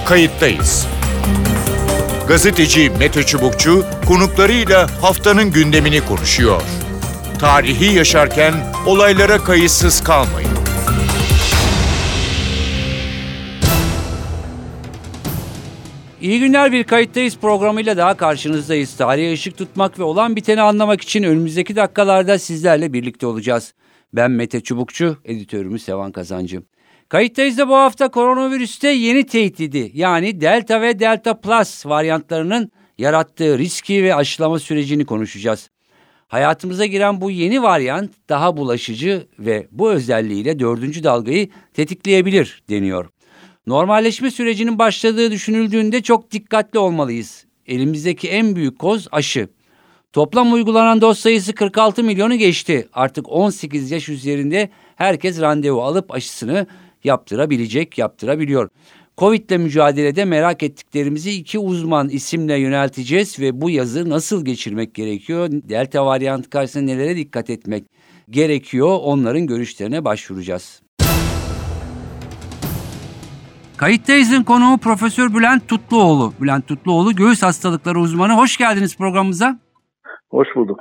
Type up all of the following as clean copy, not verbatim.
Kayıttayız. Gazeteci Mete Çubukçu konuklarıyla haftanın gündemini konuşuyor. Tarihi yaşarken olaylara kayıtsız kalmayın. İyi günler, bir Kayıttayız programıyla daha karşınızdayız. Tarihe ışık tutmak ve olan biteni anlamak için önümüzdeki dakikalarda sizlerle birlikte olacağız. Ben Mete Çubukçu, editörümüz Sevan Kazancı. Kayıttayız'da bu hafta koronavirüste yeni tehdidi, yani Delta ve Delta Plus varyantlarının yarattığı riski ve aşılama sürecini konuşacağız. Hayatımıza giren bu yeni varyant daha bulaşıcı ve bu özelliğiyle 4. dalgayı tetikleyebilir deniyor. Normalleşme sürecinin başladığı düşünüldüğünde çok dikkatli olmalıyız. Elimizdeki en büyük koz aşı. Toplam uygulanan doz sayısı 46 milyonu geçti. Artık 18 yaş üzerinde herkes randevu alıp aşısını yaptırabiliyor. Covid'le mücadelede merak ettiklerimizi 2 uzman isimle yönelteceğiz ve bu yazı nasıl geçirmek gerekiyor, Delta varyantı karşısında nelere dikkat etmek gerekiyor, onların görüşlerine başvuracağız. Kayıttayız'ın konuğu Profesör Bülent Tutluoğlu. Bülent Tutluoğlu, göğüs hastalıkları uzmanı. Hoş geldiniz programımıza. Hoş bulduk.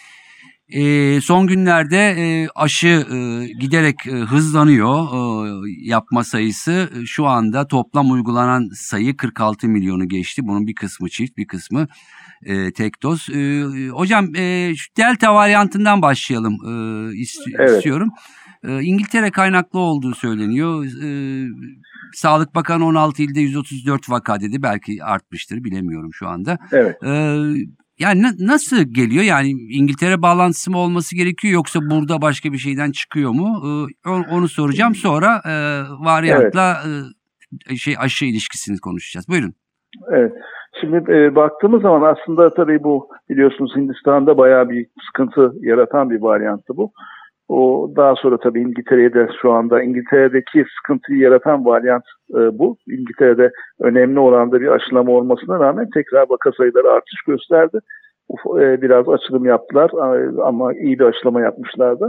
Son günlerde aşı giderek hızlanıyor, yapma sayısı. Şu anda toplam uygulanan sayı 46 milyonu geçti. Bunun bir kısmı çift, bir kısmı tek doz. Hocam, şu Delta varyantından başlayalım istiyorum. İngiltere kaynaklı olduğu söyleniyor. Sağlık Bakanı 16 ilde 134 vaka dedi. Belki artmıştır, bilemiyorum şu anda. Evet. Yani nasıl geliyor? Yani İngiltere bağlantısı mı olması gerekiyor, yoksa burada başka bir şeyden çıkıyor mu? Onu soracağım. Sonra varyantla aşı ilişkisini konuşacağız. Buyurun. Evet. Şimdi baktığımız zaman aslında tabii bu, biliyorsunuz, Hindistan'da bayağı bir sıkıntı yaratan bir varyanttı bu. O daha sonra tabii İngiltere'de, şu anda İngiltere'deki sıkıntıyı yaratan varyant bu. İngiltere'de önemli oranda bir aşılama olmasına rağmen tekrar vaka sayıları artış gösterdi. Biraz açılım yaptılar ama iyi bir aşılama yapmışlardı.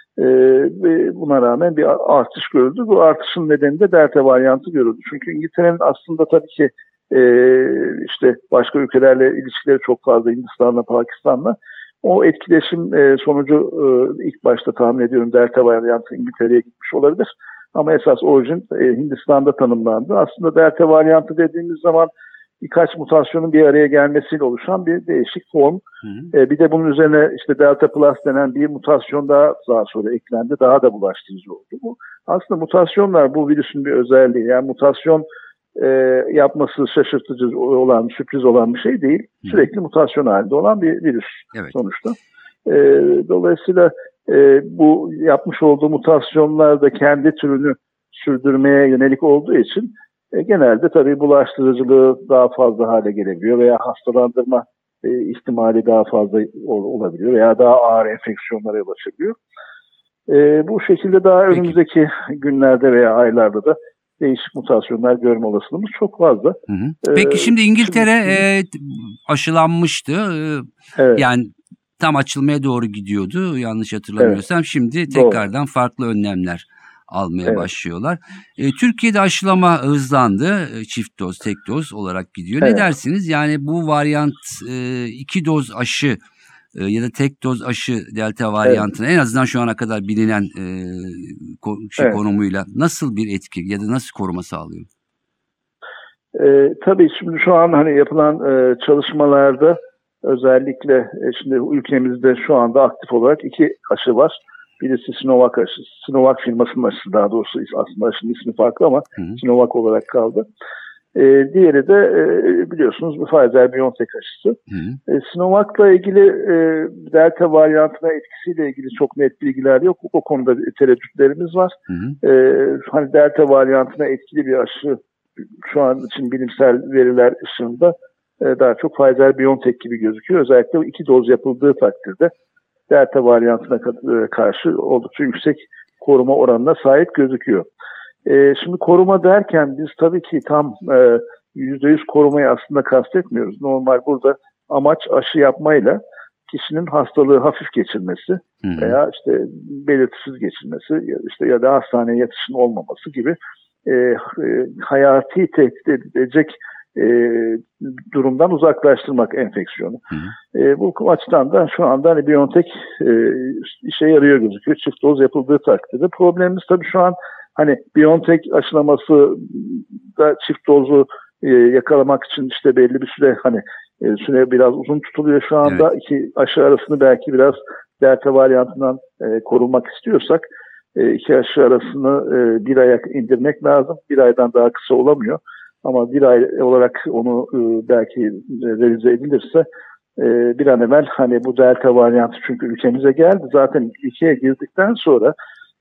Ve buna rağmen bir artış görüldü. Bu artışın nedeni de Delta varyantı görüldü. Çünkü İngiltere'nin aslında tabii ki işte başka ülkelerle ilişkileri çok fazla, Hindistan'la, Pakistan'la. O etkileşim sonucu ilk başta tahmin ediyorum Delta varyantı İngiltere'ye gitmiş olabilir. Ama esas orijin Hindistan'da tanımlandı. Aslında Delta varyantı dediğimiz zaman birkaç mutasyonun bir araya gelmesiyle oluşan bir değişik form. Bir de bunun üzerine işte Delta Plus denen bir mutasyon daha sonra eklendi. Daha da bulaştırıcı oldu. Bu aslında mutasyonlar bu virüsün bir özelliği. Yani mutasyon yapması şaşırtıcı olan, sürpriz olan bir şey değil. Sürekli mutasyon halinde olan bir virüs sonuçta. Dolayısıyla bu yapmış olduğu mutasyonlar da kendi türünü sürdürmeye yönelik olduğu için genelde tabii bulaştırıcılığı daha fazla hale gelebiliyor veya hastalandırma ihtimali daha fazla olabiliyor veya daha ağır enfeksiyonlara yol açabiliyor. Bu şekilde daha önümüzdeki günlerde veya aylarda da değişik mutasyonlar görme olasılığımız çok fazla. Peki şimdi İngiltere aşılanmıştı. Evet. Yani tam açılmaya doğru gidiyordu, yanlış hatırlamıyorsam. Evet. Şimdi tekrardan farklı önlemler almaya başlıyorlar. Türkiye'de aşılama hızlandı. Çift doz, tek doz olarak gidiyor. Ne dersiniz? Yani bu varyant 2 doz aşı ya da tek doz aşı Delta varyantına en azından şu ana kadar bilinen konumuyla nasıl bir etki ya da nasıl koruma sağlıyor? Tabii şimdi şu an hani yapılan çalışmalarda özellikle şimdi ülkemizde şu anda aktif olarak 2 aşı var. Birisi Sinovac aşısı. Sinovac firmasının aşısı, daha doğrusu aslında aşının ismi farklı ama Sinovac olarak kaldı. Diğeri de biliyorsunuz bu Pfizer-BioNTech aşısı. Sinovac'la ilgili Delta varyantına etkisiyle ilgili çok net bilgiler yok. O konuda tereddütlerimiz var. Hani Delta varyantına etkili bir aşı şu an için bilimsel veriler ışığında daha çok Pfizer-BioNTech gibi gözüküyor. Özellikle 2 doz yapıldığı takdirde Delta varyantına karşı oldukça yüksek koruma oranına sahip gözüküyor. Şimdi koruma derken biz tabii ki tam %100 korumayı aslında kastetmiyoruz. Normal burada amaç aşı yapmayla kişinin hastalığı hafif geçirmesi veya işte belirtisiz geçirmesi, işte ya da hastaneye yatışın olmaması gibi hayati tehdit edecek durumdan uzaklaştırmak enfeksiyonu. Bu açıdan da şu anda hani BioNTech işe yarıyor gözüküyor. Çift doz yapıldığı takdirde. Problemimiz tabii şu an hani BioNTech aşılaması da çift dozu yakalamak için işte belli bir süre hani süre biraz uzun tutuluyor şu anda. Evet. İki aşı arasını belki biraz delta varyantından korunmak istiyorsak iki aşı arasını bir aya indirmek lazım. Bir aydan daha kısa olamıyor. Ama bir ay olarak onu belki revize edilirse bir an evvel hani bu delta varyantı çünkü ülkemize geldi. Zaten ülkeye girdikten sonra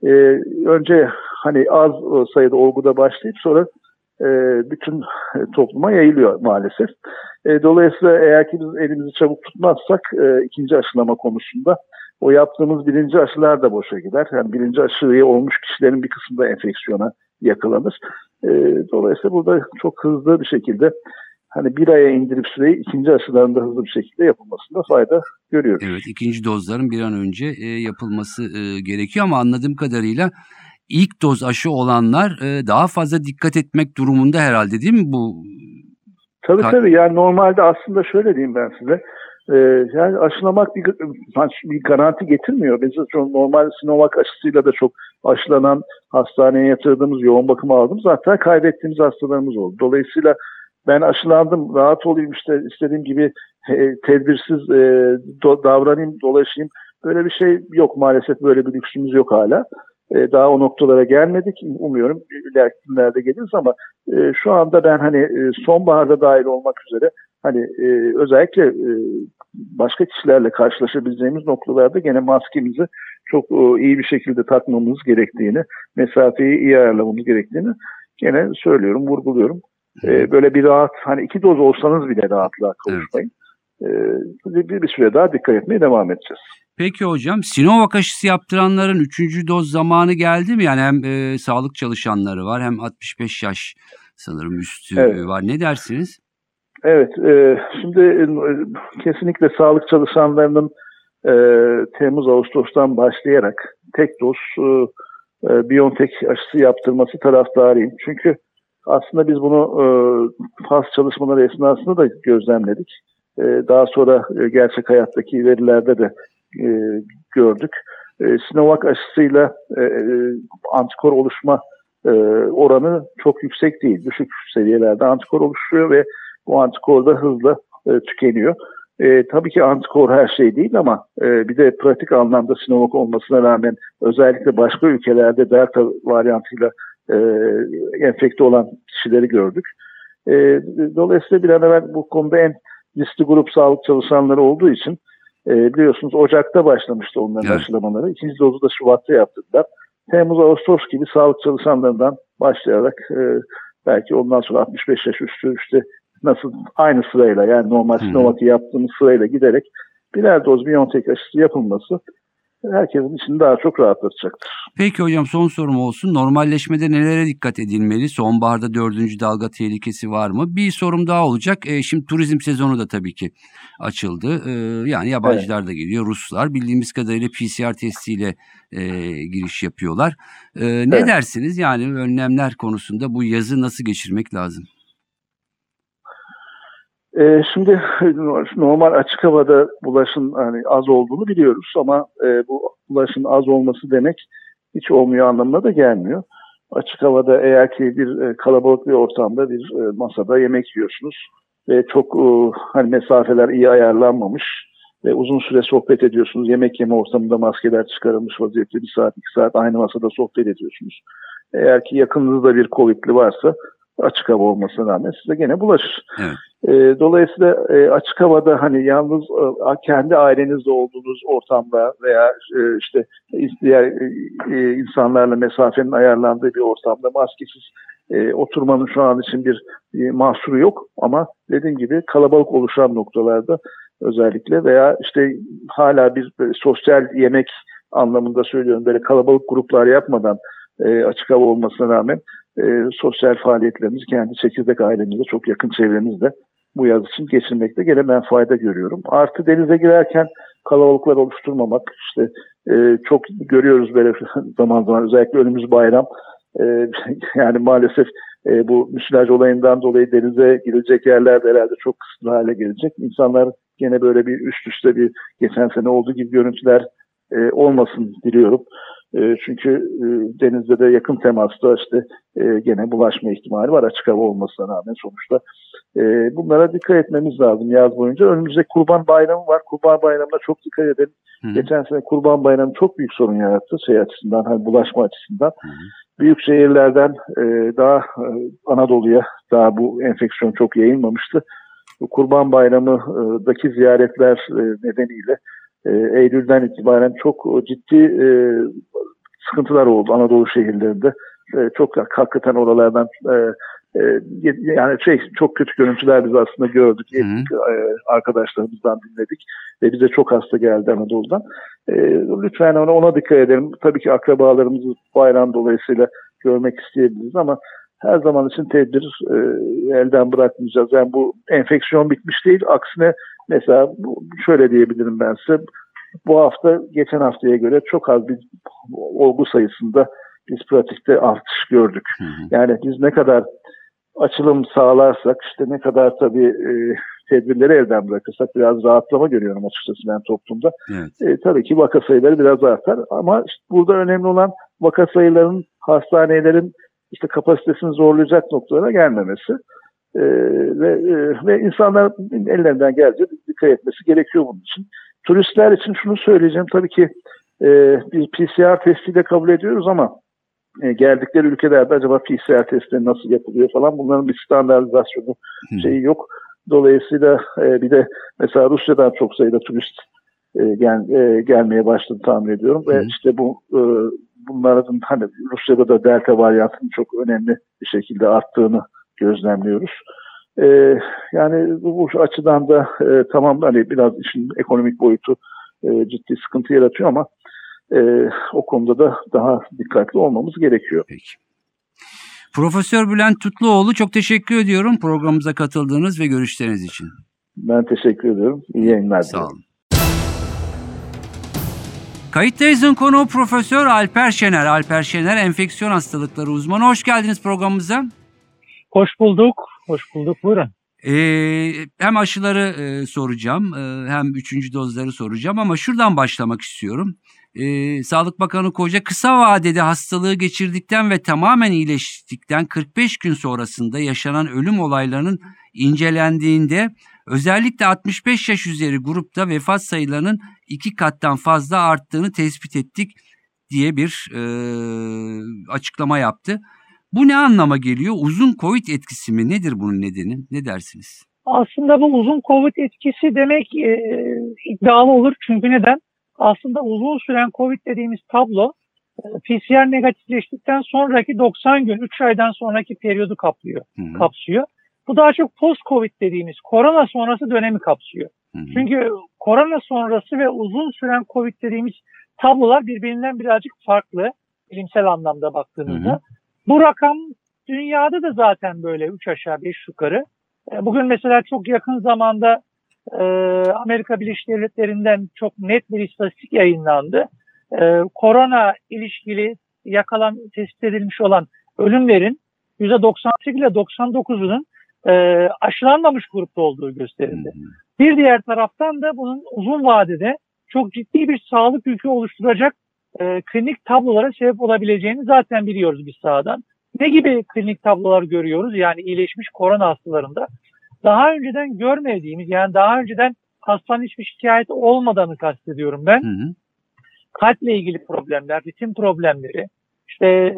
önce hani az sayıda olguda başlayıp sonra bütün topluma yayılıyor maalesef. Dolayısıyla eğer ki biz elimizi çabuk tutmazsak ikinci aşılama konusunda o yaptığımız birinci aşılar da boşa gider. Yani birinci aşıyı olmuş kişilerin bir kısmı da enfeksiyona yakalanır. Dolayısıyla burada çok hızlı bir şekilde hani bir aya indirip süreyi ikinci aşıların da hızlı bir şekilde yapılmasında fayda görüyoruz. Evet, ikinci dozların bir an önce yapılması gerekiyor ama anladığım kadarıyla ilk doz aşı olanlar daha fazla dikkat etmek durumunda herhalde değil mi bu? Tabii yani normalde aslında şöyle diyeyim ben size. Yani aşılamak bir garanti getirmiyor. Biz normal Sinovac aşısıyla da çok aşılanan, hastaneye yatırdığımız, yoğun bakıma aldığımız, hatta kaybettiğimiz hastalarımız oldu. Dolayısıyla ben aşılandım, rahat olayım işte istediğim gibi tedbirsiz davranayım, dolaşayım. Böyle bir şey yok maalesef, böyle bir lüksümüz yok hala. Daha o noktalara gelmedik. Umuyorum ileriki günlerde geliriz ama şu anda ben hani sonbaharda dahil olmak üzere hani özellikle başka kişilerle karşılaşabileceğimiz noktalarda gene maskemizi çok iyi bir şekilde takmamız gerektiğini, mesafeyi iyi ayarlamamız gerektiğini gene söylüyorum, vurguluyorum. Böyle bir rahat, hani 2 doz olsanız bile rahatlığa kavuşmayın. Evet. Bir süre daha dikkat etmeye devam edeceğiz. Peki hocam, Sinovac aşısı yaptıranların 3. doz zamanı geldi mi? Yani hem sağlık çalışanları var hem 65 yaş sanırım üstü var. Ne dersiniz? Evet, şimdi kesinlikle sağlık çalışanlarının Temmuz-Ağustos'tan başlayarak tek doz BioNTech aşısı yaptırması taraftarıyım. Çünkü aslında biz bunu faz çalışmaları esnasında da gözlemledik. Daha sonra gerçek hayattaki verilerde de gördük. Sinovac aşısıyla antikor oluşma oranı çok yüksek değil. Düşük seviyelerde antikor oluşuyor ve bu antikor da hızla tükeniyor. Tabii ki antikor her şey değil ama bir de pratik anlamda Sinovac olmasına rağmen özellikle başka ülkelerde delta varyantıyla enfekte olan kişileri gördük. Dolayısıyla bir an evvel bu konuda en riskli grup sağlık çalışanları olduğu için biliyorsunuz Ocak'ta başlamıştı onların aşılamaları. İkinci dozu da Şubat'ta yaptırdılar. Temmuz-Ağustos gibi sağlık çalışanlarından başlayarak belki ondan sonra 65 yaş üstü işte nasıl aynı sırayla yani normal Sinovac'ı yaptığımız sırayla giderek birer doz BioNTech aşısı yapılması herkesin içini daha çok rahatlatacaktır. Peki hocam, son sorum olsun. Normalleşmede nelere dikkat edilmeli? Sonbaharda 4. dalga tehlikesi var mı? Bir sorum daha olacak. Şimdi turizm sezonu da tabii ki açıldı. Yani yabancılar da geliyor. Ruslar bildiğimiz kadarıyla PCR testiyle giriş yapıyorlar. Ne dersiniz? Yani önlemler konusunda bu yazı nasıl geçirmek lazım? Şimdi normal açık havada bulaşın hani az olduğunu biliyoruz ama bu bulaşın az olması demek hiç olmuyor anlamına da gelmiyor. Açık havada eğer ki bir kalabalık bir ortamda bir masada yemek yiyorsunuz ve çok hani mesafeler iyi ayarlanmamış ve uzun süre sohbet ediyorsunuz. Yemek yeme ortamında maskeler çıkarılmış vaziyette 1 saat 2 saat aynı masada sohbet ediyorsunuz. Eğer ki yakınınızda bir COVID'li varsa açık hava olmasına rağmen size gene bulaşır. Evet. Dolayısıyla açık havada hani yalnız kendi ailenizde olduğunuz ortamda veya işte diğer insanlarla mesafenin ayarlandığı bir ortamda maskesiz oturmanın şu an için bir mahsuru yok ama dediğim gibi kalabalık oluşan noktalarda özellikle veya işte hala bir sosyal yemek anlamında söylüyorum böyle kalabalık gruplar yapmadan açık hava olmasına rağmen sosyal faaliyetlerimizi kendi çekirdek ailemizde çok yakın çevremizde bu yaz için geçirmekte gene ben fayda görüyorum. Artı denize girerken kalabalıklar oluşturmamak işte çok görüyoruz böyle zaman zaman özellikle önümüz bayram Yani maalesef bu müsilaj olayından dolayı denize girilecek yerler de herhalde çok kısıtlı hale gelecek. İnsanlar gene böyle bir üst üste bir geçen sene olduğu gibi görüntüler olmasın diliyorum. Çünkü denizde de yakın temasta işte gene bulaşma ihtimali var açık hava olmasına rağmen sonuçta. Bunlara dikkat etmemiz lazım yaz boyunca. Önümüzde Kurban Bayramı var. Kurban Bayramı'na çok dikkat edelim. Geçen sene Kurban Bayramı çok büyük sorun yarattı açısından, hani bulaşma açısından. Büyük şehirlerden daha Anadolu'ya daha bu enfeksiyon çok yayılmamıştı. Bu Kurban Bayramı'daki ziyaretler nedeniyle Eylül'den itibaren çok ciddi sıkıntılar oldu Anadolu şehirlerinde. Çok hakikaten oralardan yani çok kötü görüntüler biz aslında gördük. Arkadaşlarımızdan dinledik ve bize çok hasta geldi Anadolu'dan. Lütfen ona dikkat edelim. Tabii ki akrabalarımızı bayram dolayısıyla görmek isteyebiliriz ama her zaman için tedbir elden bırakmayacağız. Yani bu enfeksiyon bitmiş değil. Aksine mesela şöyle diyebilirim ben size. Bu hafta geçen haftaya göre çok az bir olgu sayısında biz pratikte artış gördük. Yani biz ne kadar açılım sağlarsak işte ne kadar tabii tedbirleri elden bırakırsak biraz rahatlama görüyorum açıkçası ben toplumda. Evet. Tabii ki vaka sayıları biraz artar ama işte burada önemli olan vaka sayılarının hastanelerin işte kapasitesini zorlayacak noktalara gelmemesi. Ve insanlar ellerinden gelince dikkat etmesi gerekiyor bunun için. Turistler için şunu söyleyeceğim. Tabii ki biz PCR testiyle kabul ediyoruz ama geldikleri ülkelerde acaba PCR testleri nasıl yapılıyor falan bunların bir standartizasyonu yok. Dolayısıyla bir de mesela Rusya'dan çok sayıda turist gelmeye başladı tahmin ediyorum. Ve işte bunların hani Rusya'da da delta varyantının çok önemli bir şekilde arttığını gözlemliyoruz. Yani bu açıdan da tamam hani biraz işin ekonomik boyutu ciddi sıkıntı yaratıyor ama o konuda da daha dikkatli olmamız gerekiyor. Peki. Profesör Bülent Tutluoğlu çok teşekkür ediyorum programımıza katıldığınız ve görüşleriniz için. Ben teşekkür ediyorum. İyi yayınlar. Sağ olun. Kayıttayız'ın konuğu Profesör Alper Şener. Alper Şener enfeksiyon hastalıkları uzmanı. Hoş geldiniz programımıza. Hoş bulduk. Hoş bulduk. Buyurun. Hem aşıları soracağım hem 3. dozları soracağım ama şuradan başlamak istiyorum. Sağlık Bakanı Koca kısa vadede hastalığı geçirdikten ve tamamen iyileştikten 45 gün sonrasında yaşanan ölüm olaylarının incelendiğinde özellikle 65 yaş üzeri grupta vefat sayılarının 2 kattan fazla arttığını tespit ettik diye bir açıklama yaptı. Bu ne anlama geliyor? Uzun Covid etkisi mi? Nedir bunun nedeni? Ne dersiniz? Aslında bu uzun Covid etkisi demek iddialı olur. Çünkü neden? Aslında uzun süren Covid dediğimiz tablo PCR negatifleştikten sonraki 90 gün, 3 aydan sonraki periyodu kapsıyor. Bu daha çok post-Covid dediğimiz korona sonrası dönemi kapsıyor. Çünkü korona sonrası ve uzun süren Covid dediğimiz tablolar birbirinden birazcık farklı bilimsel anlamda baktığımızda. Bu rakam dünyada da zaten böyle 3 aşağı 5 yukarı. Bugün mesela çok yakın zamanda Amerika Birleşik Devletleri'nden çok net bir istatistik yayınlandı. Korona ilişkili tespit edilmiş olan ölümlerin %98 ile 99'unun aşılanmamış grupta olduğu gösterildi. Bir diğer taraftan da bunun uzun vadede çok ciddi bir sağlık yükü oluşturacak klinik tablolara sebep olabileceğini zaten biliyoruz biz sahadan. Ne gibi klinik tablolar görüyoruz? Yani iyileşmiş korona hastalarında daha önceden görmediğimiz, yani daha önceden hastanın hiçbir şikayeti olmadanı kastediyorum ben. Kalple ilgili problemler, ritim problemleri, işte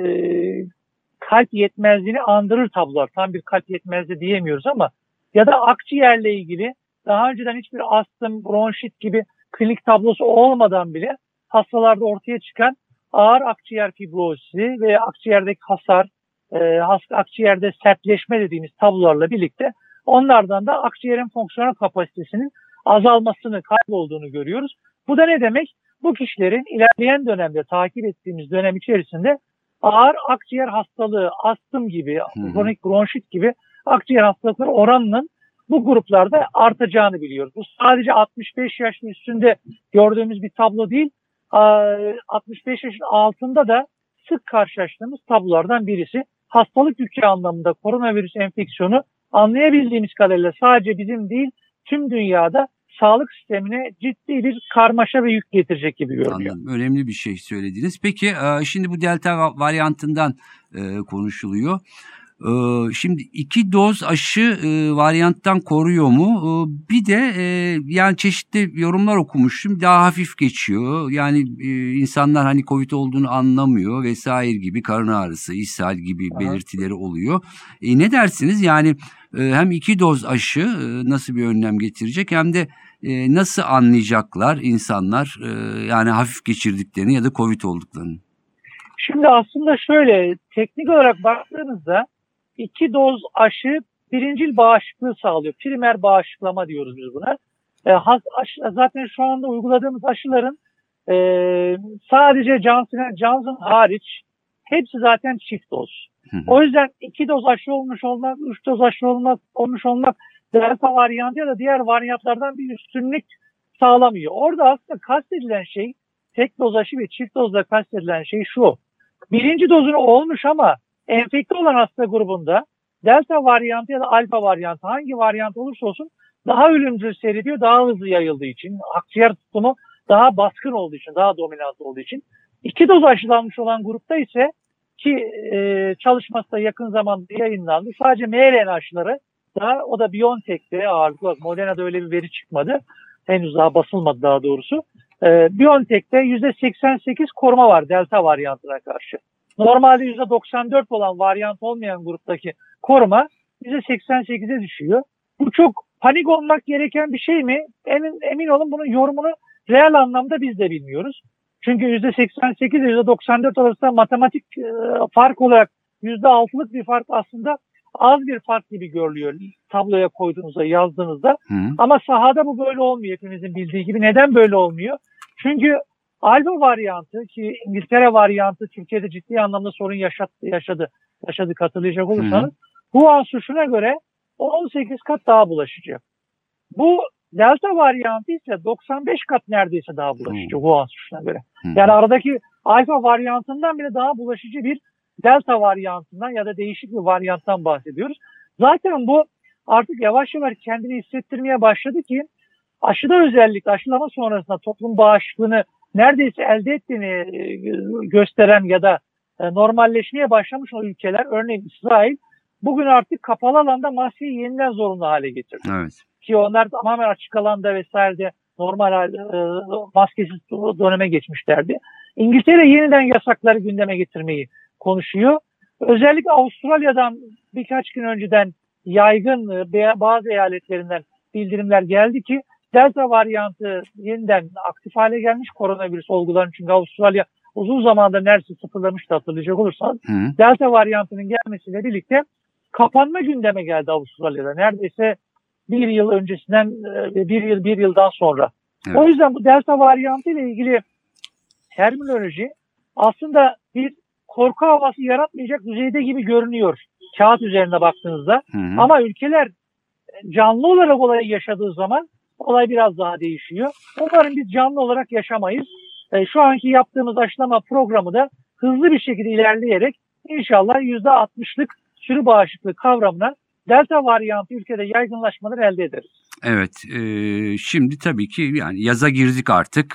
kalp yetmezliğini andırır tablolar. Tam bir kalp yetmezliği diyemiyoruz ama ya da akciğerle ilgili daha önceden hiçbir astım, bronşit gibi klinik tablosu olmadan bile hastalarda ortaya çıkan ağır akciğer fibrozisi ve akciğerdeki hasar, akciğerde sertleşme dediğimiz tablolarla birlikte onlardan da akciğerin fonksiyonel kapasitesinin azalmasını, kaybolduğunu görüyoruz. Bu da ne demek? Bu kişilerin ilerleyen dönemde, takip ettiğimiz dönem içerisinde ağır akciğer hastalığı, astım gibi, kronik bronşit gibi akciğer hastalıkları oranının bu gruplarda artacağını biliyoruz. Bu sadece 65 yaş üstünde gördüğümüz bir tablo değil. 65 yaşın altında da sık karşılaştığımız tablolardan birisi. Hastalık yükü anlamında koronavirüs enfeksiyonu anlayabildiğimiz kadarıyla sadece bizim değil tüm dünyada sağlık sistemine ciddi bir karmaşa ve yük getirecek gibi görünüyor. Anladım. Önemli bir şey söylediniz. Peki şimdi bu delta varyantından konuşuluyor. Şimdi 2 doz aşı varyanttan koruyor mu? Bir de yani çeşitli yorumlar okumuştum. Daha hafif geçiyor. Yani insanlar hani COVID olduğunu anlamıyor vesaire gibi, karın ağrısı, ishal gibi belirtileri oluyor. Ne dersiniz? Yani hem 2 doz aşı nasıl bir önlem getirecek hem de nasıl anlayacaklar insanlar yani hafif geçirdiklerini ya da COVID olduklarını? Şimdi aslında şöyle teknik olarak baktığınızda 2 doz aşı birincil bağışıklığı sağlıyor. Primer bağışıklama diyoruz biz buna. Zaten şu anda uyguladığımız aşıların sadece Johnson hariç hepsi zaten çift doz. O yüzden 2 doz aşı olmuş olmak, 3 doz aşı olmuş olmak delta varyantı ya da diğer varyantlardan bir üstünlük sağlamıyor. Orada aslında kastedilen şey, tek doz aşı ve çift dozda kastedilen şey şu. Birinci dozunu olmuş ama enfekte olan hasta grubunda delta varyantı ya da alfa varyantı hangi varyant olursa olsun daha ölümcül seyrediyor, daha hızlı yayıldığı için, akciğer tutumu daha baskın olduğu için, daha dominant olduğu için. 2 doz aşılanmış olan grupta ise ki çalışması da yakın zamanda yayınlandı. Sadece mRNA aşıları da, o da BioNTech'te ağırlıklı. Moderna'da öyle bir veri çıkmadı. Henüz daha basılmadı daha doğrusu. BioNTech'te %88 koruma var delta varyantına karşı. Normalde %94 olan varyant olmayan gruptaki koruma %88'e düşüyor. Bu çok panik olmak gereken bir şey mi? Emin olun bunun yorumunu reel anlamda biz de bilmiyoruz. Çünkü %88 ile %94 arasında matematik fark olarak %6'lık bir fark aslında az bir fark gibi görülüyor tabloya koyduğunuzda, yazdığınızda. Ama sahada bu böyle olmuyor hepimizin bildiği gibi. Neden böyle olmuyor? Çünkü alfa varyantı ki İngiltere varyantı Türkiye'de ciddi anlamda sorun yaşadık hatırlayacak olursanız. Wuhan suçuna göre 18 kat daha bulaşıcı. Bu delta varyantı ise 95 kat neredeyse daha bulaşıcı Wuhan suçuna göre. Yani aradaki alfa varyantından bile daha bulaşıcı bir delta varyantından ya da değişik bir varyanttan bahsediyoruz. Zaten bu artık yavaş yavaş kendini hissettirmeye başladı ki aşıda özellikle aşılama sonrasında toplum bağışıklığını neredeyse elde ettiğini gösteren ya da normalleşmeye başlamış o ülkeler, örneğin İsrail, bugün artık kapalı alanda maskeyi yeniden zorunlu hale getirdi. Evet. Ki onlar tamamen açık alanda vesairede normal maskesiz döneme geçmişlerdi. İngiltere yeniden yasakları gündeme getirmeyi konuşuyor. Özellikle Avustralya'dan birkaç gün önceden yaygın bazı eyaletlerinden bildirimler geldi ki delta varyantı yeniden aktif hale gelmiş koronavirüs olgularının, çünkü Avustralya uzun zamandır neredeyse sıfırlamıştı hatırlayacak olursanız. Delta varyantının gelmesiyle birlikte kapanma gündeme geldi Avustralya'da. Neredeyse bir yıl öncesinden bir yıldan sonra. Evet. O yüzden bu delta varyantı ile ilgili terminoloji aslında bir korku havası yaratmayacak düzeyde gibi görünüyor kağıt üzerine baktığınızda. Ama ülkeler canlı olarak olayı yaşadığı zaman olay biraz daha değişiyor. Umarım biz canlı olarak yaşamayız. Şu anki yaptığımız aşılama programı da hızlı bir şekilde ilerleyerek inşallah %60'lık sürü bağışıklığı kavramına delta varyantı ülkede yaygınlaşmaları elde ederiz. Evet. Şimdi tabii ki yani yaza girdik artık.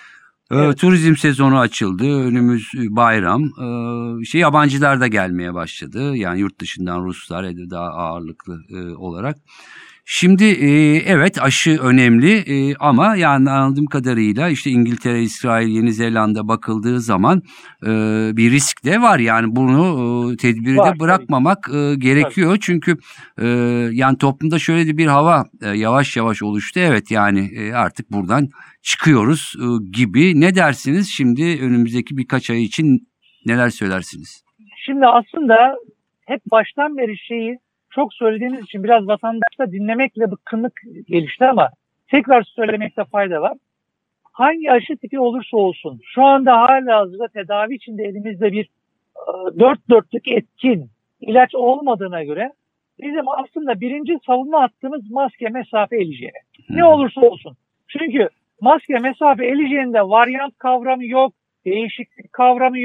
Evet. Turizm sezonu açıldı. Önümüz bayram. Yabancılar da gelmeye başladı. Yani yurt dışından Ruslar daha ağırlıklı olarak. Şimdi evet aşı önemli ama yani anladığım kadarıyla işte İngiltere, İsrail, Yeni Zelanda bakıldığı zaman bir risk de var. Yani bunu tedbiri de bırakmamak gerekiyor. Tabii. Çünkü yani toplumda şöyle de bir hava yavaş yavaş oluştu. Evet yani artık buradan çıkıyoruz gibi. Ne dersiniz şimdi önümüzdeki birkaç ay için neler söylersiniz? Şimdi aslında hep baştan beri çok söylediğiniz için biraz vatandaşta dinlemekle bıkkınlık gelişti ama tekrar söylemekte fayda var. Hangi aşı tipi olursa olsun şu anda halihazırda tedavi içinde elimizde bir dört dörtlük etkin ilaç olmadığına göre bizim aslında birinci savunma hattımız maske, mesafe, el hijyeni. Ne olursa olsun. Çünkü maske, mesafe, el hijyeninde varyant kavramı yok, değişiklik kavramı yok.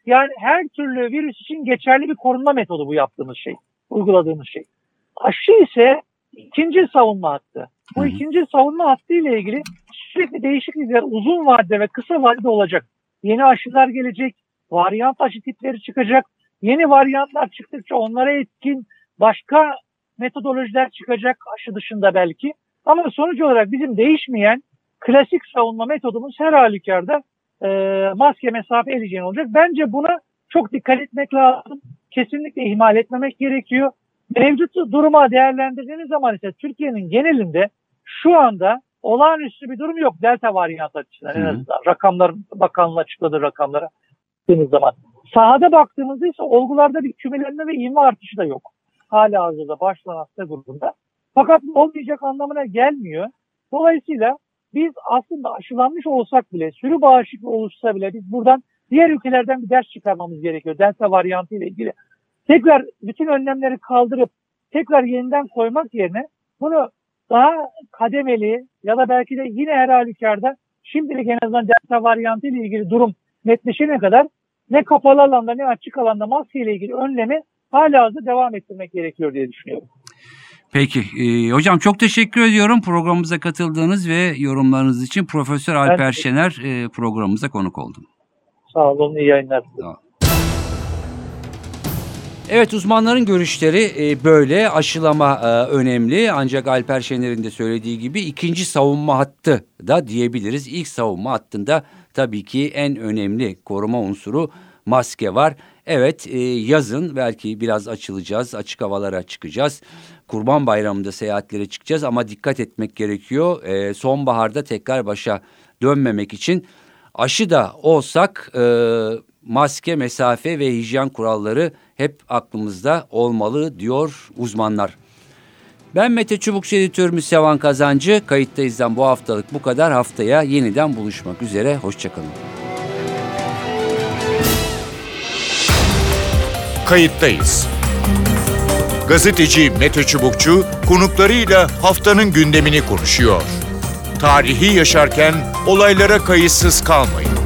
Yani her türlü virüs için geçerli bir korunma metodu bu yaptığımız şey, uyguladığımız şey. Aşı ise ikinci savunma hattı. Bu ikinci savunma hattı ile ilgili sürekli değişiklikler uzun vadede ve kısa vadede olacak. Yeni aşılar gelecek, varyant aşı tipleri çıkacak. Yeni varyantlar çıktıkça onlara etkin başka metodolojiler çıkacak aşı dışında belki. Ama sonuç olarak bizim değişmeyen klasik savunma metodumuz her halükarda maske, mesafe, el hijyeni olacak. Bence buna çok dikkat etmek lazım. Kesinlikle ihmal etmemek gerekiyor. Mevcut duruma değerlendirdiğiniz zaman ise Türkiye'nin genelinde şu anda olağanüstü bir durum yok delta varyantı açısından. En azından rakamlar, bakanlığın açıkladığı rakamlara baktığımız zaman. Sahada baktığımızda ise olgularda bir kümelenme ve ivme artışı da yok. Halihazırda başlanan hasta grubunda. Fakat bu olmayacak anlamına gelmiyor. Dolayısıyla biz aslında aşılanmış olsak bile, sürü bağışıklığı oluşsa bile biz buradan diğer ülkelerden bir ders çıkarmamız gerekiyor. Delta varyantı ile ilgili. Tekrar bütün önlemleri kaldırıp tekrar yeniden koymak yerine bunu daha kademeli ya da belki de yine her halükarda şimdilik en azından delta varyantı ile ilgili durum netleşene kadar ne kapalı alanda ne açık alanda maske ile ilgili önlemi halihazırda devam ettirmek gerekiyor diye düşünüyorum. Peki. Hocam çok teşekkür ediyorum programımıza katıldığınız ve yorumlarınız için. Profesör Alper Şener programımıza konuk oldu. Sağ olun, iyi yayınlar. Evet, uzmanların görüşleri böyle. Aşılama önemli, ancak Alper Şener'in de söylediği gibi ikinci savunma hattı da diyebiliriz. İlk savunma hattında tabii ki en önemli koruma unsuru maske var. Evet, yazın belki biraz açılacağız, açık havalara çıkacağız. Kurban Bayramı'nda seyahatlere çıkacağız ama dikkat etmek gerekiyor. Sonbaharda tekrar başa dönmemek için aşı da olsak maske, mesafe ve hijyen kuralları hep aklımızda olmalı diyor uzmanlar. Ben Mete Çubukçu, editörümüz Sevan Kazancı. Kayıttayız'dan bu haftalık bu kadar. Haftaya yeniden buluşmak üzere. Hoşçakalın. Kayıttayız. Gazeteci Mete Çubukçu konuklarıyla haftanın gündemini konuşuyor. Tarihi yaşarken olaylara kayıtsız kalmayın.